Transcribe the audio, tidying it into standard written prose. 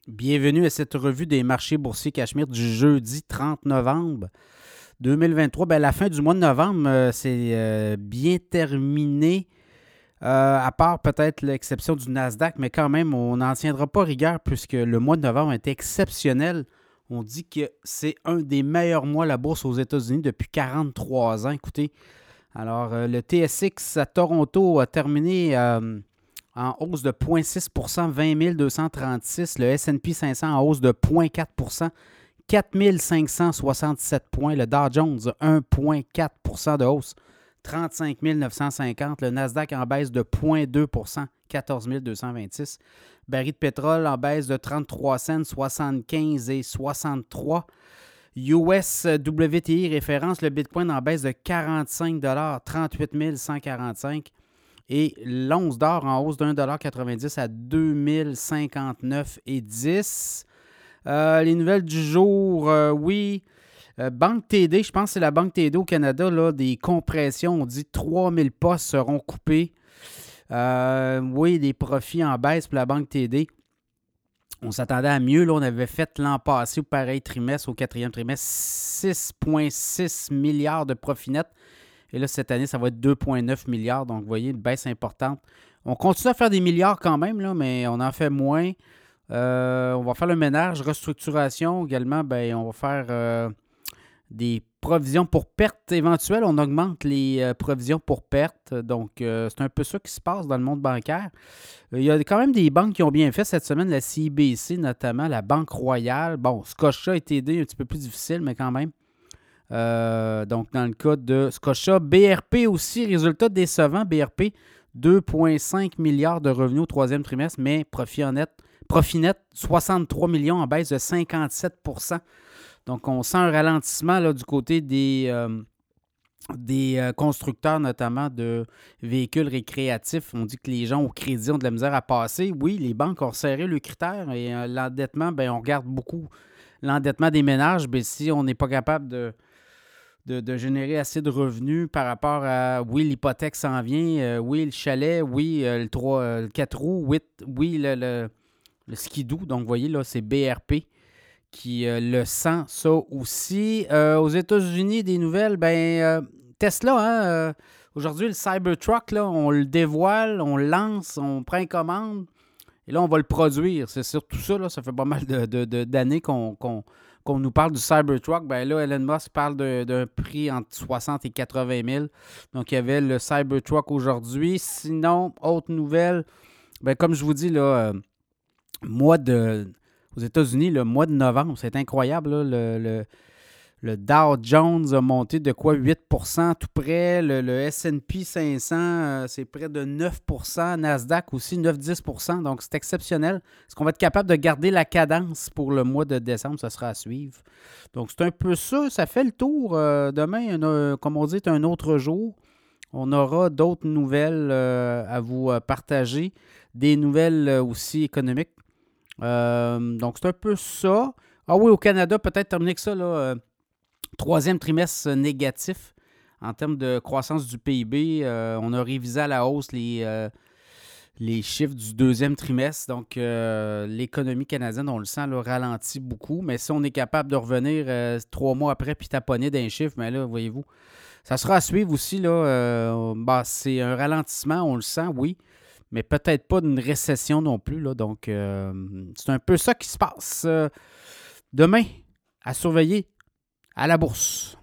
Bienvenue à cette revue des marchés boursiers Cachemire du jeudi 30 novembre 2023. Ben, la fin du mois de novembre, c'est bien terminé, à part peut-être l'exception du Nasdaq, mais quand même, on n'en tiendra pas rigueur puisque le mois de novembre est exceptionnel. On dit que c'est un des meilleurs mois à la bourse aux États-Unis depuis 43 ans. Écoutez, alors le TSX à Toronto a terminé en hausse de 0,6 20 236. Le S&P 500 en hausse de 0,4 4 567 points. Le Dow Jones, 1,4 de hausse, 35 950. Le Nasdaq en baisse de 0,2 14 226. Baril de pétrole en baisse de 33 cents, 75 et 63. US WTI référence, le Bitcoin en baisse de 45 38 145. Et l'once d'or en hausse de 1,90 à 2059,10. Les nouvelles du jour, oui. Banque TD, je pense que c'est la Banque TD au Canada, là, des compressions. On dit 3000 postes seront coupés. Oui, des profits en baisse pour la Banque TD. On s'attendait à mieux. Là, on avait fait l'an passé au pareil trimestre, au quatrième trimestre, 6,6 milliards de profits nets. Et là, cette année, ça va être 2,9 milliards. Donc, vous voyez, une baisse importante. On continue à faire des milliards quand même, là, mais on en fait moins. On va faire le ménage, restructuration également. Bien, on va faire des provisions pour pertes éventuelles. On augmente les provisions pour pertes. Donc, c'est un peu ça qui se passe dans le monde bancaire. Il y a quand même des banques qui ont bien fait cette semaine, la CIBC notamment, la Banque Royale. Bon, Scotia est aidé un petit peu plus difficile, mais quand même. Donc, dans le cas de Scotia, BRP aussi, résultat décevant. BRP, 2,5 milliards de revenus au troisième trimestre, mais profit net, 63 millions en baisse de 57 %. Donc, on sent un ralentissement là, du côté des constructeurs, notamment de véhicules récréatifs. On dit que les gens au crédit ont de la misère à passer. Oui, les banques ont resserré le critère et l'endettement, bien, on regarde beaucoup l'endettement des ménages. Bien, si on n'est pas capable de générer assez de revenus par rapport à, oui, l'hypothèque s'en vient, oui, le chalet, oui, le 4 roues, oui, le skidoo. Donc, vous voyez, là, c'est BRP qui le sent, ça aussi. Aux États-Unis, des nouvelles, Tesla, hein, aujourd'hui, le Cybertruck, là, on le dévoile, on le lance, on prend commande, et là, on va le produire. C'est surtout ça, là, ça fait pas mal d'années qu'on nous parle du Cybertruck. Ben là, Elon Musk parle d'un prix entre 60 et 80 000. Donc, il y avait le Cybertruck aujourd'hui. Sinon, autre nouvelle, ben, comme je vous dis, là, aux États-Unis, le mois de novembre, c'est incroyable. Là, le Dow Jones a monté de quoi? 8 tout près. Le S&P 500, c'est près de 9 Nasdaq aussi, 9-10 Donc, c'est exceptionnel. Est-ce qu'on va être capable de garder la cadence pour le mois de décembre? Ça sera à suivre. Donc, c'est un peu ça. Ça fait le tour. Demain, comme on dit, c'est un autre jour. On aura d'autres nouvelles à vous partager. Des nouvelles aussi économiques. Donc, c'est un peu ça. Ah oui, au Canada, peut-être terminer que ça, là, troisième trimestre négatif en termes de croissance du PIB. On a révisé à la hausse les chiffres du deuxième trimestre. Donc, l'économie canadienne, on le sent, là, ralentit beaucoup. Mais si on est capable de revenir 3 mois après puis taponner d'un chiffre, mais là, voyez-vous, ça sera à suivre aussi. Là, c'est un ralentissement, on le sent, oui. Mais peut-être pas d'une récession non plus. Là, donc, c'est un peu ça qui se passe. Demain, à surveiller à la bourse.